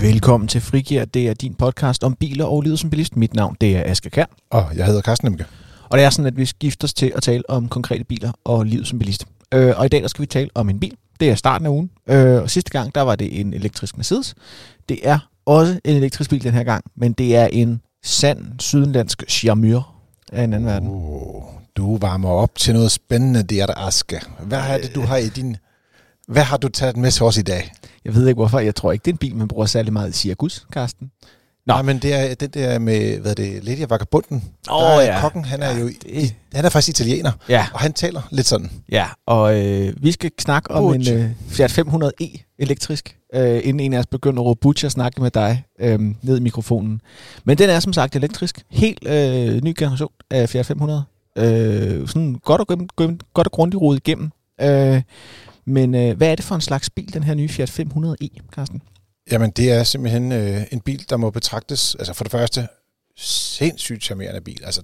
Velkommen til Frigir. Det er din podcast om biler og livet som bilist. Mit navn det er Asger Kjær. Og jeg hedder Carsten Nemke. Og det er sådan, at vi skifter os til at tale om konkrete biler og livet som bilist. Og i dag der skal vi tale om en bil. Det er starten af ugen. Og sidste gang der var det en elektrisk Mercedes. Det er også en elektrisk bil den her gang, men det er en sand sydenlandsk charmeur af en anden verden. Du varmer op til noget spændende der, Asger. Hvad er det, du har i din... Hvad har du taget med til os i dag? Jeg ved ikke hvorfor. Jeg tror ikke, det er en bil, man bruger særlig meget i cirkus, Carsten. Nej, men det er den der med, hvad er det, Lady Vagabunden. Ja. Kokken, han er han er faktisk italiener, og han taler lidt sådan. Ja, og vi skal snakke om en Fiat 500e elektrisk, inden en af os begynder at råbe Butch og snakke med dig ned i mikrofonen. Men den er som sagt elektrisk. Helt ny generation af Fiat 500. Sådan godt og grundigt rodet igennem. Men hvad er det for en slags bil, den her nye Fiat 500e, Carsten? Jamen, det er simpelthen en bil, der må betragtes, altså for det første, sindssygt charmerende bil. Altså,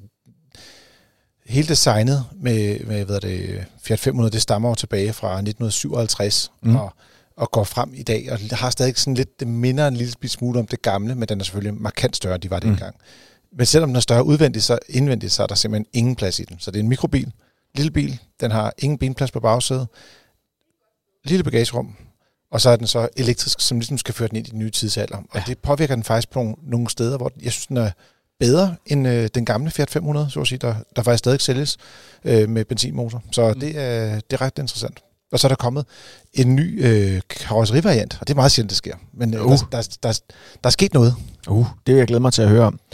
hele designet med Fiat 500, det stammer jo tilbage fra 1957 og går frem i dag, og har stadig sådan lidt, det minder en lille smule om det gamle, men den er selvfølgelig markant større, de var dengang. Men selvom den er større udvendigt, så indvendigt, så er der simpelthen ingen plads i den. Så det er en mikrobil, lille bil, den har ingen benplads på bagsædet, lille bagagerum, og så er den så elektrisk, som ligesom skal føre den ind i den nye tidsalder. Og det påvirker den faktisk på nogle steder, hvor jeg synes, den er bedre end den gamle Fiat 500, så at sige, der faktisk stadig sælges med benzinmotor. Så det er ret interessant. Og så er der kommet en ny karrosserivariant, og det er meget sjældent, det sker. Men der er sket noget. Det vil jeg glæde mig til at høre om.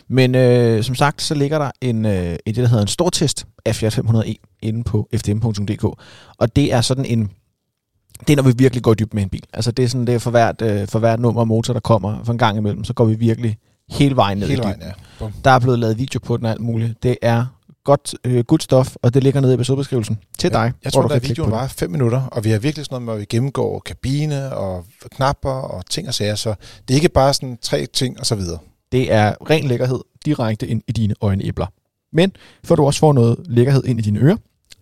Men som sagt, så ligger der det, der hedder en stor test af Fiat 500e inde på ftm.dk. Og det er sådan en... Det er, når vi virkelig går dybt med en bil. Altså det er sådan, det er for hvert nummer og motor, der kommer for en gang imellem, så går vi virkelig hele vejen ned i dybden. Ja. Der er blevet lavet video på den og alt muligt. Det er godt stof, og det ligger nede i episodebeskrivelsen til dig. Jeg tror, at videoen var 5 minutter, og vi har virkelig sådan noget med, at vi gennemgår kabine og knapper og ting og sager, så det er ikke bare sådan 3 ting og så videre. Det er ren lækkerhed direkte ind i dine øjenæbler. Men for du også får noget lækkerhed ind i dine ører,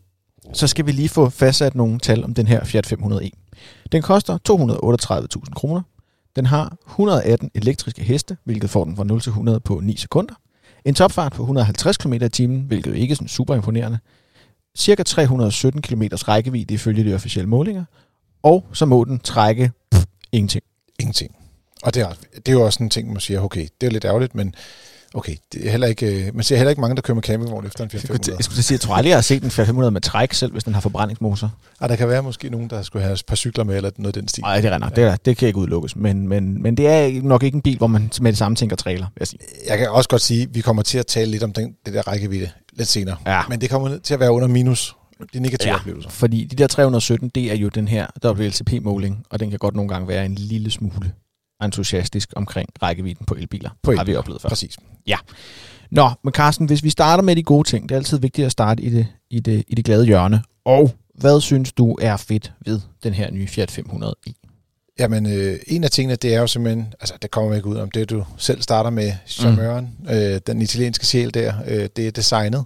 så skal vi lige få fastsat nogle tal om den her Fiat 500e. Den koster 238.000 kroner. Den har 118 elektriske heste, hvilket får den fra 0 til 100 på 9 sekunder. En topfart på 150 km i timen, hvilket ikke er sådan super imponerende. Cirka 317 km rækkevidde ifølge de officielle målinger. Og så må den trække ingenting. Ingenting. Og det er jo også en ting, man siger, okay, det er lidt ærgerligt, men okay, det er heller ikke, man ser heller ikke mange, der kører med campingvogn efter en Fiat 500. Jeg skulle sige, jeg tror aldrig, jeg har set en Fiat 500 med træk, selv hvis den har forbrændingsmotor. Der kan være måske nogen, der skulle have et par cykler med, eller noget den stil. Nej, det er nok. Det kan ikke udelukkes. Men det er nok ikke en bil, hvor man med det samme tænker trailer, vil jeg sige. Jeg kan også godt sige, at vi kommer til at tale lidt om det der rækkevidde lidt senere. Ja. Men det kommer til at være under minus de negative oplevelser. Fordi de der 317, det er jo den her WLTP-måling, og den kan godt nogle gange være en lille smule entusiastisk omkring rækkevidden på elbiler. Har vi oplevet før. Præcis. Ja. Nå, men Carsten, hvis vi starter med de gode ting, det er altid vigtigt at starte i det glade hjørne. Og hvad synes du er fedt ved den her nye Fiat 500i? Jamen, en af tingene, det er jo simpelthen, altså det kommer ikke ud om det, du selv starter med, charmeuren, den italienske sjæl der, det er designet.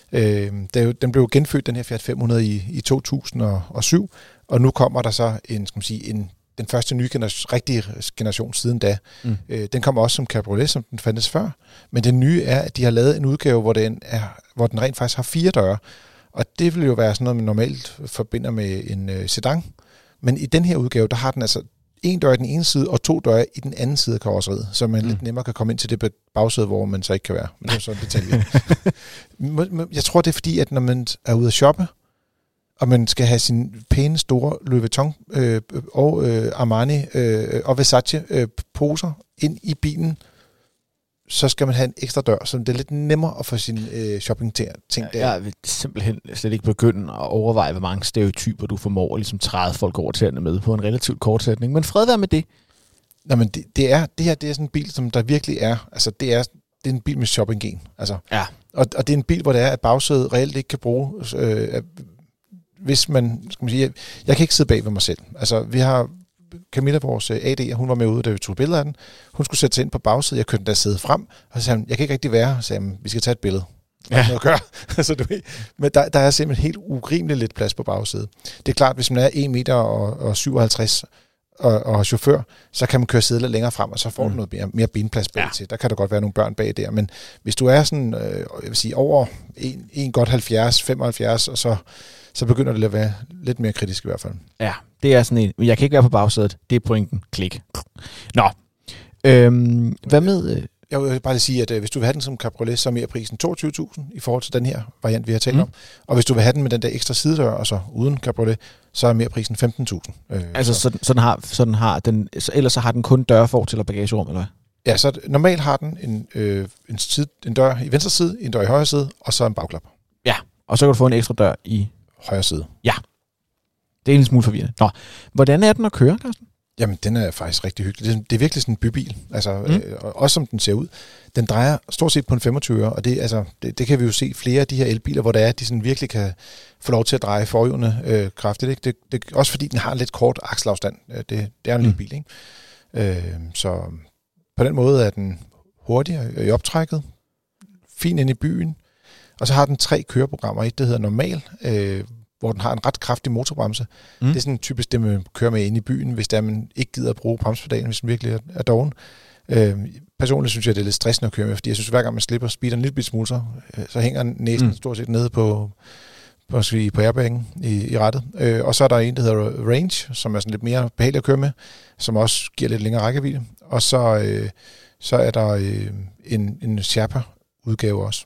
Den blev genfødt, den her Fiat 500 i 2007, og nu kommer der så den første nye rigtige generation siden da. Den kommer også som cabriolet, som den fandtes før. Men det nye er, at de har lavet en udgave, hvor den rent faktisk har 4 døre. Og det vil jo være sådan noget, man normalt forbinder med en sedan. Men i den her udgave, der har den altså 1 dør i den ene side, og 2 døre i den anden side af karosseriet, så man lidt nemmere kan komme ind til det bagsæde, hvor man så ikke kan være. Men det er så en detalje. Jeg tror, det er fordi, at når man er ude at shoppe, og man skal have sin pæne, store Louis Vuitton og Armani og Versace poser ind i bilen, så skal man have en ekstra dør, så det er lidt nemmere at få sin shopping-ting der. Jeg vil simpelthen slet ikke begynde at overveje, hvor mange stereotyper du formår at ligesom træde folk over tæerne med på en relativt kort sætning. Men fred være med det. Nå, men det her er sådan en bil, som der virkelig er, altså det er en bil med shopping-gen. Altså. Ja. Og det er en bil, hvor det er, at bagsædet reelt ikke kan bruges, hvis man, jeg kan ikke sidde bag ved mig selv. Altså, vi har Camilla, vores AD, hun var med ude, da vi tog billeder af den. Hun skulle sætte sig ind på bagsædet, jeg kunne da sidde frem, og så sagde hun, jeg kan ikke rigtig være her, så sagde vi skal tage et billede. Ja. Noget at gøre. Altså, du ved. Men der er simpelthen helt urimeligt lidt plads på bagsædet. Det er klart, hvis man er 1,57 meter, og chauffør, så kan man køre sædler længere frem, og så får du noget mere benplads bag til. Der kan der godt være nogle børn bag der, men hvis du er sådan, jeg vil sige, over en godt 70, 75, og så begynder det at være lidt mere kritisk i hvert fald. Ja, det er sådan en, jeg kan ikke være på bagsædet, det er pointen, klik. Nå, hvad med... Jeg vil bare lige sige, at hvis du vil have den som cabriolet, så er mere prisen 22.000 i forhold til den her variant, vi har talt om. Og hvis du vil have den med den der ekstra sidedør, og så uden cabriolet, så er mere prisen 15.000. Altså ellers så har den kun dørfor til bagagerum, eller hvad? Ja, så normalt har den en dør i venstre side, en dør i højre side, og så en bagklap. Ja, og så kan du få en ekstra dør i... højre side. Ja, det er en smule forvirrende. Nå, hvordan er den at køre, Carsten? Jamen, den er faktisk rigtig hyggelig. Det er virkelig sådan en bybil, altså, også som den ser ud. Den drejer stort set på en 25 øre, og det kan vi jo se flere af de her elbiler, hvor de sådan virkelig kan få lov til at dreje forhjulene kraftigt. Ikke? Det også fordi den har en lidt kort akselafstand. Det er en lille bil, ikke? Så på den måde er den hurtigere i optrækket, fin ind i byen, og så har den 3 køreprogrammer. Et, der hedder normal, hvor den har en ret kraftig motorbremse. Det er sådan typisk det, man kører med inde i byen, hvis man ikke gider at bruge bremsepedalen, hvis den virkelig er doven. Personligt synes jeg, det er lidt stressende at køre med, fordi jeg synes, hver gang man slipper speederen en lille smule, så hænger næsen stort set nede på airbaggen i rettet. Og så er der en, der hedder Range, som er sådan lidt mere behagelig at køre med, som også giver lidt længere rækkevidde. Og så er der en Sherpa-udgave også.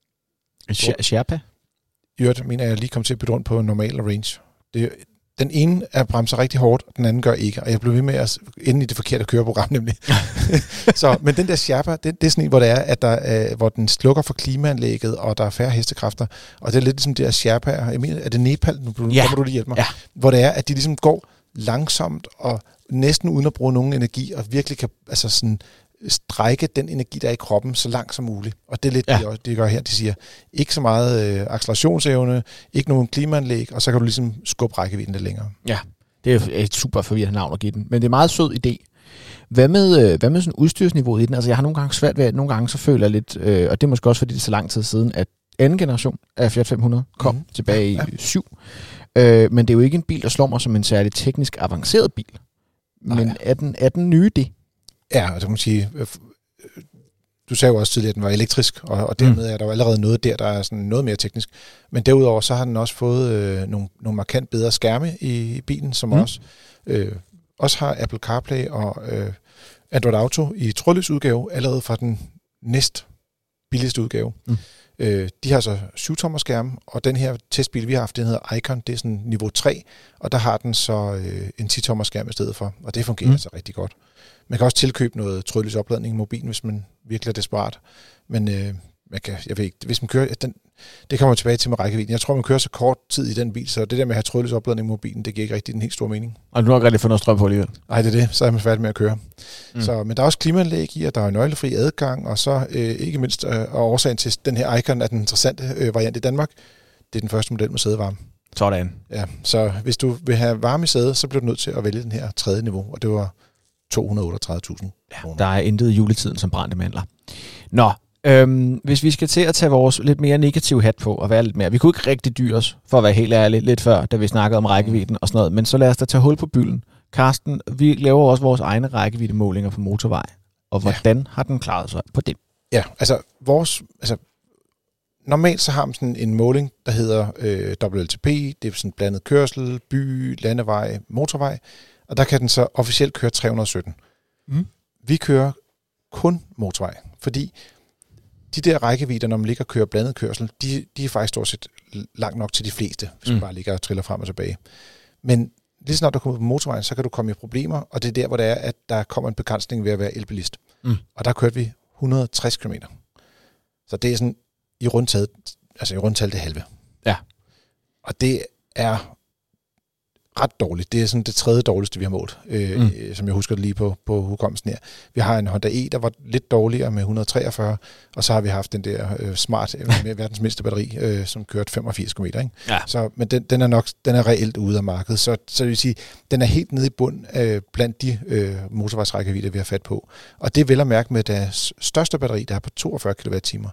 Sherpa? I øvrigt mener jeg lige kom til at bytte rundt på normal og range. Den ene er bremser rigtig hårdt, og den anden gør ikke. Og jeg blev ved med at ende i det forkerte køreprogram nemlig. Men den der Sherpa, det er sådan en, hvor det er, hvor den slukker for klimaanlægget, og der er færre hestekræfter. Og det er lidt ligesom det der Sherpa. Jeg mener, er det Nepal? Nu kommer du lige hjælpe mig. Ja. Hvor det er, at de ligesom går langsomt og næsten uden at bruge nogen energi, og virkelig kan sådan strække den energi, der er i kroppen, så langt som muligt. Og det er lidt det gør her. De siger, ikke så meget accelerationsevne, ikke nogen klimaanlæg, og så kan du ligesom skubbe rækkevidden lidt længere. Ja, det er et super forvirrende navn at give den. Men det er meget sød idé. Hvad med sådan udstyrsniveauet i den? Altså, jeg har nogle gange svært ved, at nogle gange så føler jeg lidt, og det er måske også, fordi det er så lang tid siden, at anden generation af Fiat 500 kom tilbage i 7. Men det er jo ikke en bil, der slår mig som en særlig teknisk avanceret bil. Men er den nye det? Ja, og så kan man sige, du sagde jo også tidligere, at den var elektrisk, og dermed er der jo allerede noget der er sådan noget mere teknisk. Men derudover så har den også fået nogle markant bedre skærme i bilen, som også har Apple CarPlay og Android Auto i trådløs udgave, allerede fra den næst billigste udgave. De har så 7-tommer skærme, og den her testbil, vi har haft, den hedder Icon, det er sådan niveau 3, og der har den så en 10-tommer skærm i stedet for, og det fungerer altså rigtig godt. Man kan også tilkøbe noget trådløs opladning i mobilen, hvis man virkelig er desperat. Men jeg ved ikke, hvis man kører, det kommer tilbage til med rækkevidden. Jeg tror, man kører så kort tid i den bil, så det der med at have trådløs opladning i mobilen, det giver ikke rigtig den helt store mening. Og du har ikke rigtig fået noget strøm på alligevel? Nej, det er det. Så er man færdig med at køre. Men der er også klimaanlæg i, og der er nøglefri adgang, og så ikke mindst årsagen til den her Icon er den interessante variant i Danmark. Det er den første model med sædevarme. Sådan. Ja, så hvis du vil have varme i sædet, så bliver du nødt til at vælge den her 3. niveau, og det var 238.000. Ja, der er intet i juletiden som brændte mandler. Nå, hvis vi skal til at tage vores lidt mere negative hat på og være lidt mere... Vi kunne ikke rigtig dyre os, for at være helt ærlig, lidt før, da vi snakkede om rækkevidden og sådan noget. Men så lad os da tage hul på bylden. Carsten, vi laver også vores egne rækkeviddemålinger på motorvej. Og hvordan har den klaret sig på det? Ja, normalt så har man sådan en måling, der hedder WLTP. Det er sådan blandet kørsel, by, landevej, motorvej. Og der kan den så officielt køre 317. Vi kører kun motorvej, fordi de der rækkevidder, når man ligger og kører blandet kørsel, de er faktisk stort set langt nok til de fleste, hvis man bare ligger og triller frem og tilbage. Men lige snart du kommer på motorvejen, så kan du komme i problemer, og det er der, hvor det er, at der kommer en begrænsning ved at være elbilist. Og der kørte vi 160 km. Så det er sådan i rundtal det halve. Ja. Og det er ret dårligt. Det er sådan det 3. dårligste, vi har målt, som jeg husker det lige på hukommelsen her. Vi har en Honda E, der var lidt dårligere med 143, og så har vi haft den der Smart med verdens mindste batteri, som kørte 85 km. Ikke? Ja. Så, men den er reelt ude af markedet. Så det vil sige, den er helt nede i bund blandt de motorvejsrækkevidder, vi har fat på. Og det er vel at mærke med deres største batteri, der er på 42 kWh.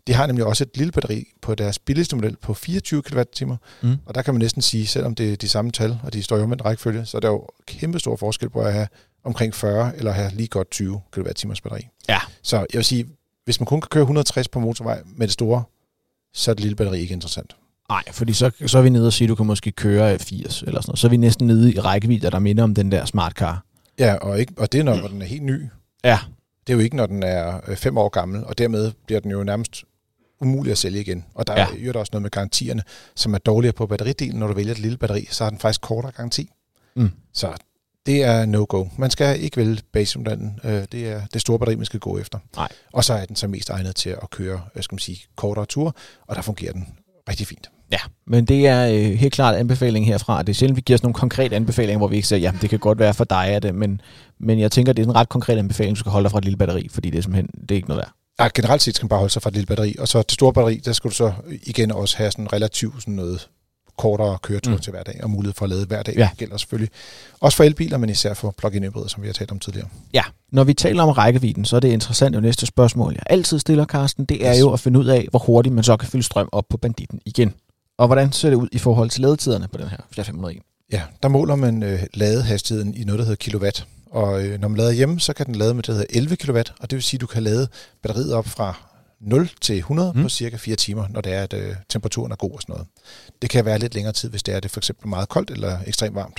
De har nemlig også et lille batteri på deres billigste model på 24 kWh, og der kan man næsten sige, selvom det er de samme tal, og de står i omvendt rækkefølge, så er der jo kæmpe stor forskel på at have omkring 40 eller have lige godt 20 kWh batteri. Ja. Så jeg vil sige, hvis man kun kan køre 160 på motorvej med det store, så er det lille batteri ikke interessant. Nej, fordi så er vi nede og sige, at du kan måske køre 80 eller sådan noget. Så er vi næsten nede i rækkevidde, der minder om den der smart car. Ja, og det er, når den er helt ny. Ja. Det er jo ikke, når den er 5 år gammel, og dermed bliver den jo nærmest umulig at sælge igen. Og der er jo også noget med garantierne, som er dårligere på batteridelen. Når du vælger et lille batteri, så har den faktisk kortere garanti. Så det er no-go. Man skal ikke vælge basismodellen. Det er det store batteri, man skal gå efter. Nej. Og så er den så mest egnet til at køre, kortere ture, og der fungerer den rigtig fint. Ja, men det er helt klart anbefaling herfra. Det er sjældent, vi giver sådan nogle konkrete anbefalinger, hvor vi ikke siger, jamen det kan godt være for dig af det, men jeg tænker, det er en ret konkret anbefaling, du skal holde dig fra et lille batteri, fordi det er simpelthen, det er ikke noget værd. Ja, generelt set skal man bare holde sig fra et lille batteri, og så det store batteri, der skal du så igen også have sådan relativt sådan noget kortere køretur til hver dag, og mulighed for at lade hver dag. Det gælder selvfølgelig også for elbiler, men især for plug-in hybrider, som vi har talt om tidligere. Ja, når vi taler om rækkevidden, så er det interessant, jo næste spørgsmål, jeg altid stiller, Carsten, det er jo at finde ud af, hvor hurtigt man så kan fylde strøm op på banditten igen. Og hvordan ser det ud i forhold til ladetiderne på den her Fiat 501? Ja, der måler man ladehastigheden i noget, der hedder kilowatt. Og når man lader hjemme, så kan den lade med det, der hedder 11 kW, og det vil sige, at du kan lade batteriet op fra 0 til 100 på cirka 4 timer, når det er, at temperaturen er god og sådan noget. Det kan være lidt længere tid, hvis det er for eksempel meget koldt eller ekstremt varmt.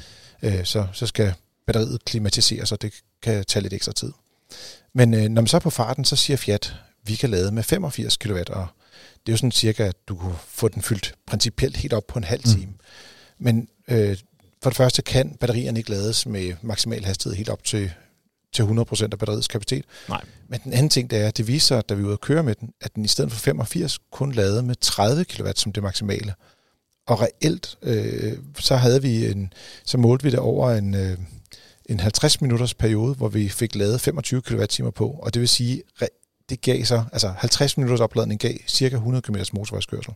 Så skal batteriet klimatiseres, og det kan tage lidt ekstra tid. Men når man så er på farten, så siger Fiat, vi kan lade med 85 kW, og det er jo sådan cirka, at du kunne få den fyldt principielt helt op på en halv time. Men for det første kan batterierne ikke lades med maksimal hastighed helt op til 100% af batteriets kapacitet. Nej. Men den anden ting, det er, at det viser, da vi var ude at køre med den, at den i stedet for 85 kun lavede med 30 kW som det maksimale. Og reelt, så målte vi det over en 50 minutters periode, hvor vi fik lavet 25 kWh på. Og det vil sige, det gav så, altså 50 minutters opladning gav cirka 100 km motorvejskørsel.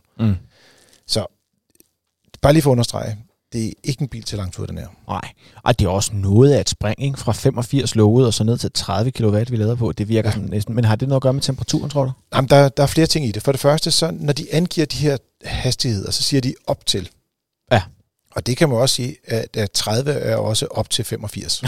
Så bare lige for at understrege, det er ikke en bil til langt ud, den her. Nej, og det er også noget af et spring, ikke? Fra 85 lovet og så ned til 30 kW, vi lader på. Det virker sådan næsten. Men har det noget at gøre med temperaturen, tror du? Jamen, der er flere ting i det. For det første, så når de angiver de her hastigheder, så siger de op til. Ja. Og det kan man også sige, at 30 er også op til 85.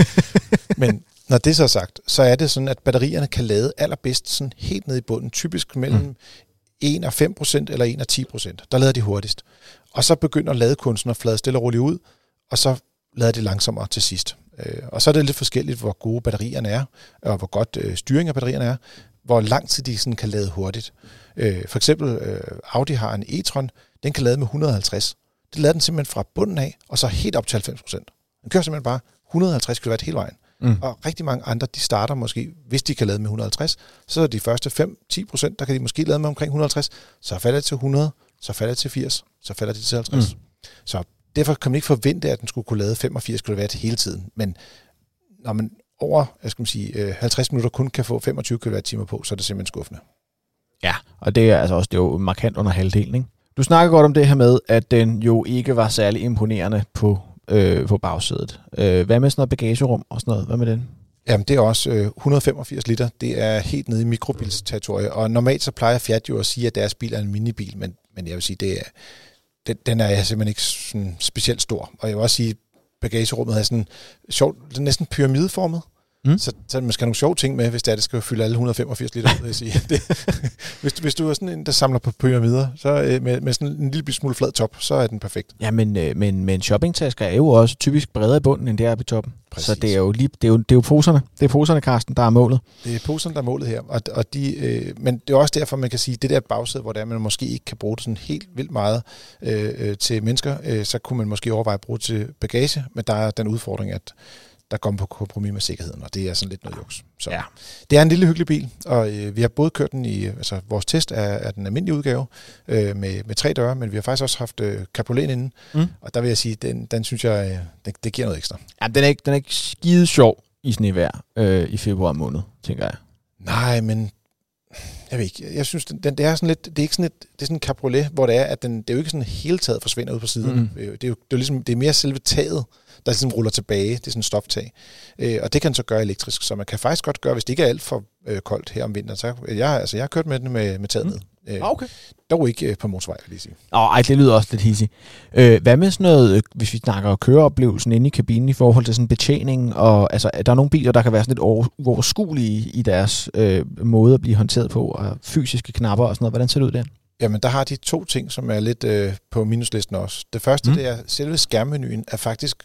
Men når det så er sagt, så er det sådan, at batterierne kan lade allerbedst sådan helt ned i bunden. Typisk mellem 1 og 5% eller 1 og 10%. Der lader de hurtigst. Og så begynder ladekunsten at flade stille og roligt ud, og så lader det langsommere til sidst. Og så er det lidt forskelligt, hvor gode batterierne er, og hvor godt styring af batterierne er, hvor lang tid de sådan kan lade hurtigt. For eksempel Audi har en e-tron, den kan lade med 150. Det lader den simpelthen fra bunden af, og så helt op til 90%. Den kører simpelthen bare 150 kW hele vejen. Og rigtig mange andre, de starter måske, hvis de kan lade med 150, så er de første 5-10%, der kan de måske lade med omkring 150, så falder det til 100, så falder det til 80, så falder det til 50. Så derfor kan man ikke forvente, at den skulle kunne lade 85 kW hele tiden. Men når man over 50 minutter kun kan få 25 kWh på, så er det simpelthen skuffende. Ja, og det er altså også det er jo markant under halvdelen, ikke? Du snakker godt om det her med, at den jo ikke var særlig imponerende på bagsædet. Hvad med sådan noget bagagerum og sådan noget? Hvad med den? Jamen, det er også 185 liter. Det er helt nede i mikrobilsterritoriet. Og normalt så plejer Fiat jo at sige, at deres bil er en minibil, men jeg vil sige, den er simpelthen ikke sådan specielt stor. Og jeg vil også sige, at bagagerummet er sådan sjovt, det er næsten pyramideformet. Så man skal have nogle sjove ting med, hvis det skal fylde alle 185 liter ud, vil jeg sige. Hvis du er sådan en, der samler på pyramider, så med sådan en lille smule flad top, så er den perfekt. Ja, men shoppingtasker er jo også typisk bredere i bunden, end det er på toppen. Præcis. Så det er jo poserne. Det er poserne, Carsten, der er målet. Det er poserne, der er målet her. Men det er også derfor, man kan sige, det der bagsæde, hvor det er, man måske ikke kan bruge det sådan helt vildt meget til mennesker, så kunne man måske overveje at bruge det til bagage, men der er den udfordring, at der kommer på kompromis med sikkerheden, og det er sådan lidt noget juks. Så ja. Det er en lille hyggelig bil, og vi har både kørt den i, altså vores test er den almindelige udgave med 3 døre, men vi har faktisk også haft cabriolet inden, og der vil jeg sige, den synes jeg, det giver noget ekstra. Ja, den er ikke skide sjov i sådan i vejr i februar måned, tænker jeg. Nej, men Jeg ved ikke. Jeg synes, det er sådan lidt, det er ikke sådan et, det er sådan en cabriolet, hvor det er, at det er jo ikke sådan hele taget forsvinder ud på siden. Det er ligesom, det er mere selve taget, der ligesom ruller tilbage. Det er sådan en stoftag. Og det kan så gøre elektrisk, så man kan faktisk godt gøre, hvis det ikke er alt for koldt her om vinteren. Så jeg har kørt med den med taget ned. Okay. Dog ikke på motorvej, vil jeg sige. Ej, det lyder også lidt hissigt. Hvad med sådan noget, hvis vi snakker køreoplevelsen inde i kabinen i forhold til sådan betjening, og altså, der er nogle biler, der kan være sådan lidt uoverskuelige i deres måde at blive håndteret på, og fysiske knapper og sådan noget. Hvordan ser det ud der? Jamen, der har de 2 ting, som er lidt på minuslisten også. Det første, det er, selve skærmmenuen er faktisk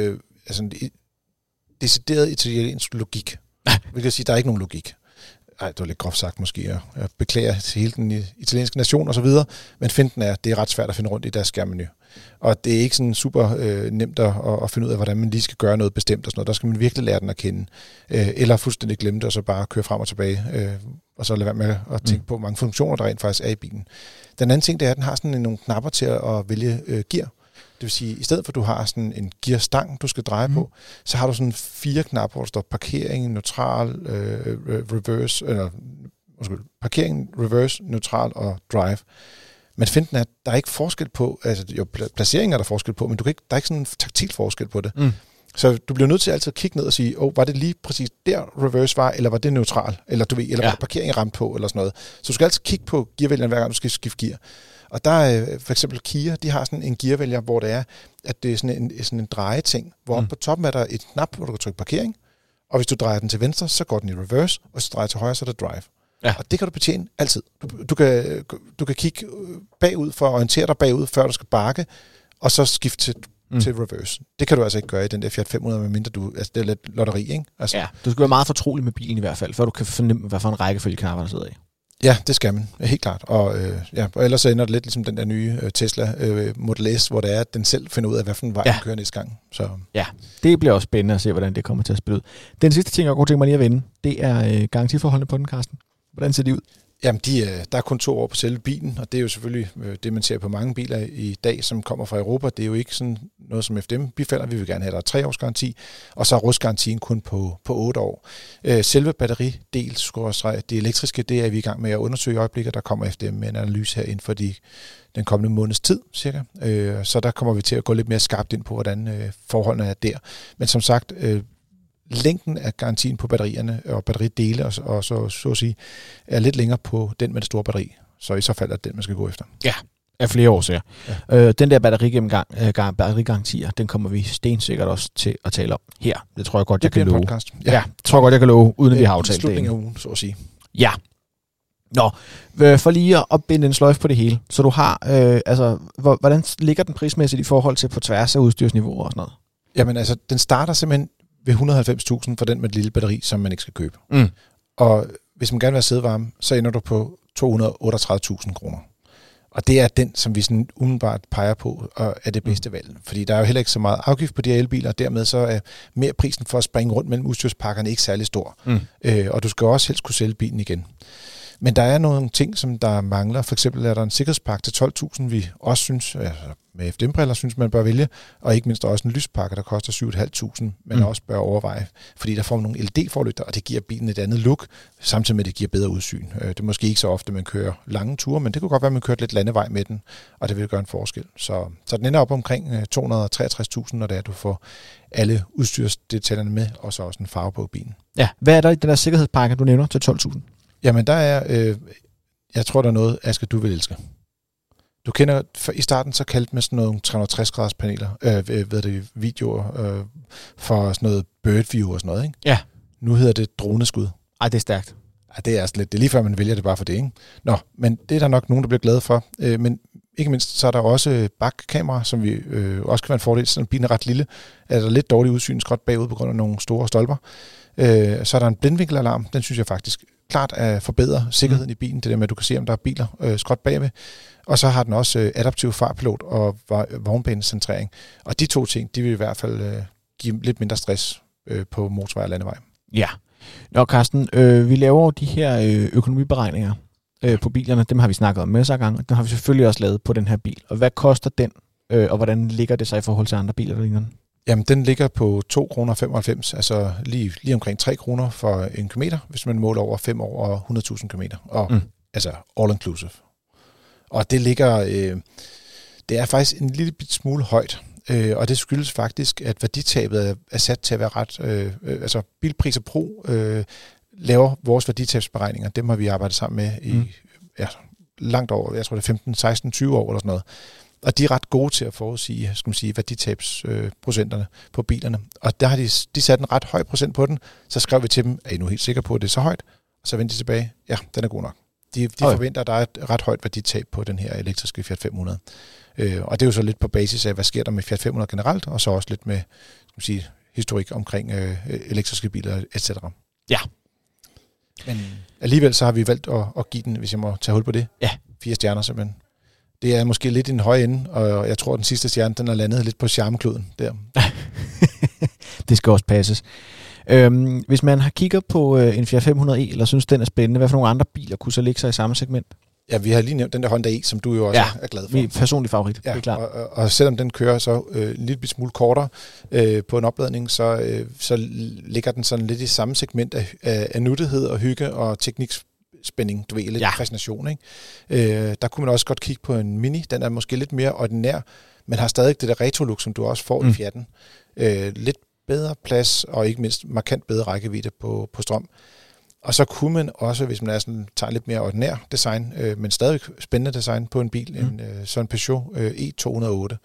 decideret italiensk logik. Hvilket sige, der er ikke nogen logik. Ej, det var lidt groft sagt måske. Jeg beklager til hele den italienske nation og så videre, men finten er, det er ret svært at finde rundt i deres skærmmenu. Og det er ikke sådan super nemt at finde ud af, hvordan man lige skal gøre noget bestemt og sådan noget. Der skal man virkelig lære den at kende. Eller fuldstændig glemme det, og så bare køre frem og tilbage. Og så lade være med at tænke på, hvor mange funktioner, der rent faktisk er i bilen. Den anden ting, det er, at den har sådan nogle knapper til at vælge gear. Det vil sige, at i stedet for at du har sådan en gearstang, du skal dreje på, så har du sådan 4 knapper, hvor der står parkering, neutral, reverse, parkering, reverse, neutral og drive. Men finten er, at der er ikke forskel på, altså jo, placeringen er der forskel på, men der er ikke sådan en taktil forskel på det. Så du bliver nødt til altid at kigge ned og sige, var det lige præcis der reverse var, eller var det neutral, eller var der parkering ramt på, eller sådan noget. Så du skal altid kigge på gearvælgeren, hver gang du skal skifte gear. Og der er for eksempel Kia, de har sådan en gearvælger, hvor det er, at det er sådan en drejeting, hvor på toppen er der et knap, hvor du kan trykke parkering, og hvis du drejer den til venstre, så går den i reverse, og hvis du drejer til højre, så er det drive. Ja. Og det kan du betjene altid. Du kan kigge bagud for at orientere dig bagud, før du skal bakke, og så skifte til reverse. Det kan du altså ikke gøre i den der Fiat 500, medmindre det er lidt lotteri, ikke? Altså. Ja, du skal være meget fortrolig med bilen i hvert fald, før du kan fornemme, hvad for en rækkefølge knapper der sidder i. Ja, det skal man. Helt klart. Og ellers så ender det lidt ligesom den der nye Tesla Model S, hvor det er, at den selv finder ud af, hvad for en vej den kører næste gang. Så. Ja, det bliver også spændende at se, hvordan det kommer til at spille ud. Den sidste ting, jeg kunne tænke mig lige at vende, det er garantiforholdene på den, Carsten. Hvordan ser de ud? Jamen, der er kun 2 år på selve bilen, og det er jo selvfølgelig det, man ser på mange biler i dag, som kommer fra Europa. Det er jo ikke sådan noget, som FDM bifalder. Vi vil gerne have, der er 3 års garanti, og så er rustgarantien kun på 8 år. Selve batteridel, det elektriske, det er vi i gang med at undersøge i øjeblikket. Der kommer FDM med en analyse her inden for den kommende måneds tid, cirka. Så der kommer vi til at gå lidt mere skarpt ind på, hvordan forholdene er der. Men som sagt, længden af garantien på batterierne og batteridele og så at sige, er lidt længere på den med det store batteri. Så i så fald er det den, man skal gå efter. Ja, af flere årsager. Ja. Den der batterigarantier, den kommer vi stensikkert også til at tale om her. Det tror jeg godt, jeg kan love. Ja, tror jeg godt, jeg kan love, uden at vi har aftalt det. Slutningen af ugen, så at sige. Ja. Nå, for lige at binde en sløjf på det hele. Så du har, hvordan ligger den prismæssigt i forhold til på tværs af udstyrsniveauer og sådan noget? Jamen altså, den starter simpelthen ved 190.000 for den med et lille batteri, som man ikke skal købe. Og hvis man gerne vil have sædevarme, så ender du på 238.000 kroner. Og det er den, som vi sådan umiddelbart peger på, og er det bedste valg. Fordi der er jo heller ikke så meget afgift på de her elbiler, og dermed så er mere prisen for at springe rundt mellem udstyrspakkerne ikke særlig stor. Og du skal også helst kunne sælge bilen igen. Men der er nogle ting, som der mangler. For eksempel er der en sikkerhedspakke til 12.000, vi også synes, med FDM-briller synes man bør vælge, og ikke mindst også en lyspakke, der koster 7.500, man også bør overveje. Fordi der får man nogle LED-forlygter, og det giver bilen et andet look, samtidig med at det giver bedre udsyn. Det er måske ikke så ofte, man kører lange ture, men det kunne godt være, at man kører lidt landevej med den, og det vil gøre en forskel. Så den ender op omkring 263.000, når det er, at du får alle udstyrsdetaljerne med, og så også en farve på bilen. Ja, hvad er der i den der sikkerhedspakke, du nævner til 12.000? Jamen, der er, jeg tror, der er noget, Asger, du vil elske. Du kender, i starten så kaldte man sådan nogle 360-graders paneler, videoer for sådan noget bird view og sådan noget, ikke? Ja. Nu hedder det droneskud. Ej, det er stærkt. Ej, det er lidt, det er lige før man vælger det bare for det, ikke? Nå, men det er der nok nogen, der bliver glade for. Men ikke mindst, så er der også bakkamera, som vi også kan være en fordel, selvom bilen er ret lille. Er der lidt dårlig udsyn, skråt bagud på grund af nogle store stolper. Så er der en blindvinkelalarm, den synes jeg faktisk klart at forbedre sikkerheden i bilen, det der med, at du kan se, om der er biler skråt bagved. Og så har den også adaptiv fartpilot og vognbanecentrering. Og de 2 ting, de vil i hvert fald give lidt mindre stress på motorvej og landevej. Ja. Nå, Carsten, vi laver de her økonomiberegninger på bilerne. Dem har vi snakket om masser af gange. Den har vi selvfølgelig også lavet på den her bil. Og hvad koster den, og hvordan ligger det sig i forhold til andre biler, der ligner den? Jamen, den ligger på 2,95 kroner, altså lige omkring 3 kroner for en kilometer, hvis man måler over 5 år og 100.000 kilometer. Og altså all inclusive. Og det ligger, det er faktisk en lille bit smule højt, og det skyldes faktisk, at værditabet er sat til at være ret, altså Bilpriser Pro laver vores værditabsberegninger, dem har vi arbejdet sammen med i langt over, jeg tror det er 15, 16, 20 år eller sådan noget. Og de er ret gode til at forudsige, skal man sige, værditabsprocenterne på bilerne. Og der har de sat en ret høj procent på den, så skrev vi til dem, er I nu helt sikre på, at det er så højt? Og så vendte de tilbage, ja, den er god nok. De forventer, at der er et ret højt værditab på den her elektriske Fiat 500. Og det er jo så lidt på basis af, hvad sker der med Fiat 500 generelt, og så også lidt med, skal man sige, historik omkring elektriske biler, etc. Ja. Men alligevel så har vi valgt at give den, hvis jeg må tage hul på det, 4 stjerner simpelthen. Det er måske lidt i den høje ende, og jeg tror, at den sidste stjerne, den er landet lidt på charmekloden der. Det skal også passes. Hvis man har kigget på en Fiat 500e, eller synes, den er spændende, hvad for nogle andre biler kunne så ligge sig i samme segment? Ja, vi har lige nævnt den der Honda E, som du jo også er glad for. Ja, personlig favorit, det er klart. Og selvom den kører så en lille smule kortere på en opladning, så ligger den sådan lidt i samme segment af nuttighed og hygge og teknikspænding, du ved, lidt fascination, ikke? Der kunne man også godt kigge på en Mini, den er måske lidt mere ordinær, men har stadig det der retro-look, som du også får i Fiat'en. Lidt bedre plads, og ikke mindst markant bedre rækkevidde på strøm. Og så kunne man også, hvis man er sådan, tager lidt mere ordinær design, men stadig spændende design på en bil, en sådan en Peugeot E208.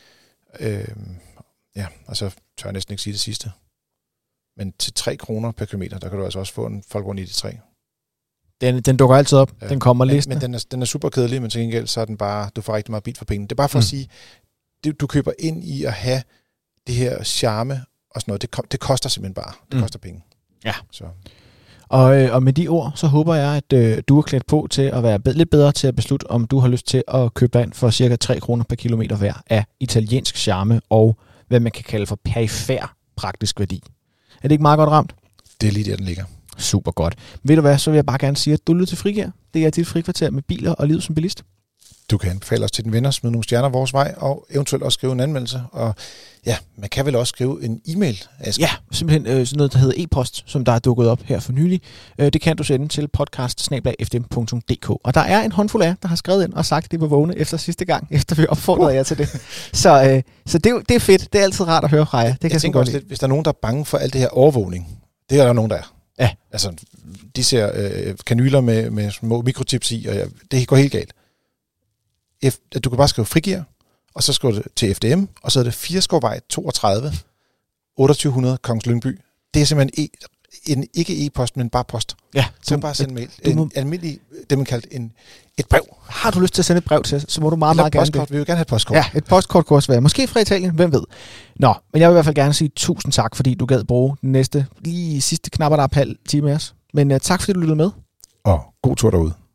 Og så tør jeg næsten ikke sige det sidste. Men til 3 kroner per kilometer, der kan du altså også få en Volvo 93. Den dukker altid op. Den kommer listen. Men den er super kedelig, men til gengæld så er den bare, du får rigtig meget bil for pengene. Det er bare for at sige, du køber ind i at have det her charme og sådan noget. Det koster simpelthen bare. Det koster penge. Ja. Så. Og med de ord, så håber jeg, at du er klædt på til at være lidt bedre til at beslutte, om du har lyst til at købe dig ind for cirka 3 kroner per kilometer hver af italiensk charme og hvad man kan kalde for perifær praktisk værdi. Er det ikke meget godt ramt? Det er lige der, den ligger. Super godt. Ved du hvad, så vil jeg bare gerne sige, at du lytter til Frigær. Det er dit frikvarter med biler og liv som bilist. Du kan anbefale os til dine venner, smide nogle stjerner vores vej, og eventuelt også skrive en anmeldelse. Og ja, man kan vel også skrive en e-mail, Asger? Ja, simpelthen sådan noget, der hedder e-post, som der er dukket op her for nylig. Det kan du sende til podcast@fdm.dk. Og der er en håndfuld af jer, der har skrevet ind og sagt, at det var vågne efter sidste gang, efter vi opfordrede jer til det. Så det er fedt. Det er altid rart at høre fra jer. Det kan jeg tænker også lidt, hvis der er nogen, der er bange for alt det her overvågning, det er der nogen, der er. Ja. Altså, de ser kanyler med små mikrochips i, og det går helt galt. Du kan bare skrive Frigær, og så skriver du til FDM, og så er det 4 Skovvej 32, 2800 Kongens Lyngby. Det er simpelthen ikke e-post, men bare post. Ja. Så bare sende mail. En almindelig, det man kaldt et brev. Har du lyst til at sende et brev til, så må du meget gerne det. Vi vil gerne have et postkort. Ja, et postkort kunne også være. Måske fra Italien, hvem ved. Nå, men jeg vil i hvert fald gerne sige tusind tak, fordi du gad bruge den sidste knapper, der er på halv time med os. Men tak, fordi du lyttede med. Og god tur derude.